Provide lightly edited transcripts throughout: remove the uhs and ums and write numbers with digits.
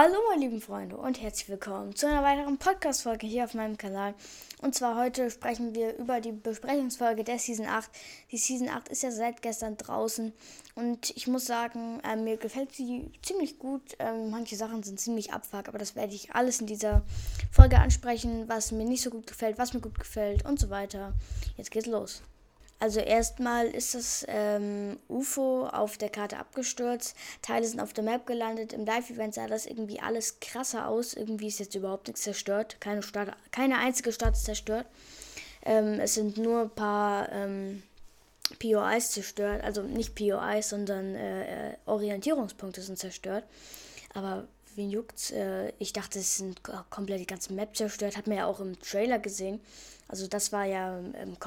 Hallo meine lieben Freunde und herzlich willkommen zu einer weiteren Podcast-Folge hier auf meinem Kanal. Und zwar heute sprechen wir über die Besprechungsfolge der Season 8. Die Season 8 ist ja seit gestern draußen und ich muss sagen, mir gefällt sie ziemlich gut. Manche Sachen sind ziemlich abfuck, aber das werde ich alles in dieser Folge ansprechen, was mir nicht so gut gefällt, was mir gut gefällt und so weiter. Jetzt geht's los. Also erstmal ist das UFO auf der Karte abgestürzt. Teile sind auf der Map gelandet. Im Live-Event sah das irgendwie alles krasser aus. Irgendwie ist jetzt überhaupt nichts zerstört. Keine einzige Stadt ist zerstört. Es sind nur ein paar POIs zerstört. Also nicht POIs, sondern Orientierungspunkte sind zerstört. Aber wen juckt's? Ich dachte, es sind komplett die ganze Map zerstört. Hat man ja auch im Trailer gesehen. Also das war ja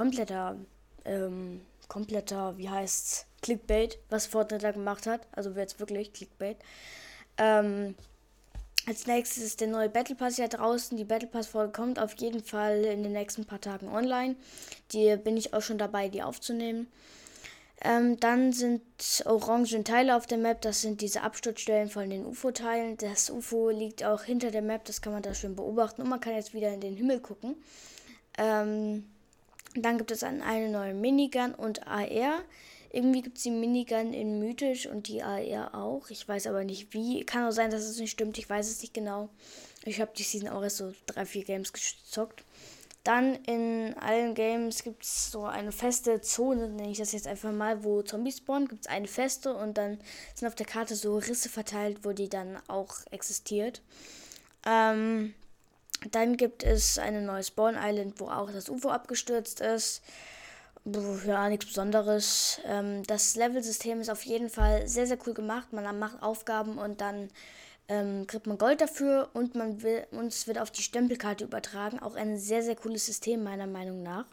kompletter, wie heißt's, Clickbait, was Fortnite da gemacht hat. Also jetzt wirklich Clickbait. Als nächstes ist der neue Battle Pass ja draußen. Die Battle Pass-Folge kommt auf jeden Fall in den nächsten paar Tagen online. Die bin ich auch schon dabei, die aufzunehmen. Dann sind orange Teile auf der Map. Das sind diese Absturzstellen von den UFO-Teilen. Das UFO liegt auch hinter der Map. Das kann man da schön beobachten. Und man kann jetzt wieder in den Himmel gucken. Dann gibt es eine neue Minigun und AR. Irgendwie gibt es die Minigun in mythisch und die AR auch. Ich weiß aber nicht wie. Kann auch sein, dass es nicht stimmt. Ich weiß es nicht genau. Ich habe die Season auch erst so 3-4 Games gezockt. Dann in allen Games gibt es so eine feste Zone, nenne ich das jetzt einfach mal, wo Zombies spawnen. Gibt es eine feste und dann sind auf der Karte so Risse verteilt, wo die dann auch existiert. Dann gibt es eine neue Spawn Island, wo auch das UFO abgestürzt ist. Ja, nichts Besonderes. Das Level-System ist auf jeden Fall sehr, sehr cool gemacht. Man macht Aufgaben und dann kriegt man Gold dafür und es wird auf die Stempelkarte übertragen. Auch ein sehr, sehr cooles System, meiner Meinung nach.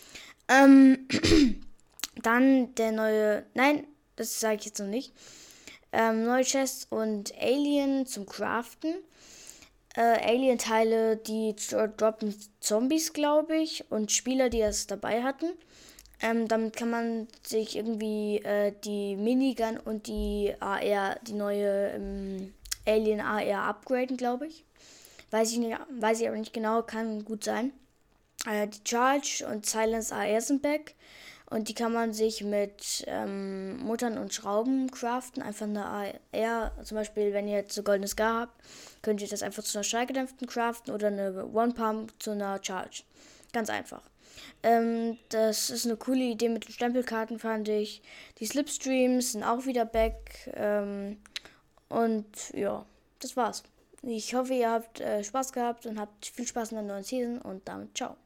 Dann der neue, nein, das sage ich jetzt noch nicht. Neue Chests und Alien zum Craften. Alien-Teile, die droppen Zombies, glaube ich, und Spieler, die es dabei hatten. Damit kann man sich irgendwie die Minigun und die AR, die neue Alien AR upgraden, glaube ich. Weiß ich aber nicht genau, kann gut sein. Die Charge und Silence AR sind back. Und die kann man sich mit Muttern und Schrauben craften. Einfach eine AR. Zum Beispiel, wenn ihr jetzt so goldenes Scar habt, könnt ihr das einfach zu einer Schallgedämpften craften oder eine One-Pump zu einer Charge. Ganz einfach. Das ist eine coole Idee mit den Stempelkarten, fand ich. Die Slipstreams sind auch wieder back. Und ja, das war's. Ich hoffe, ihr habt Spaß gehabt und habt viel Spaß in der neuen Season. Und damit ciao.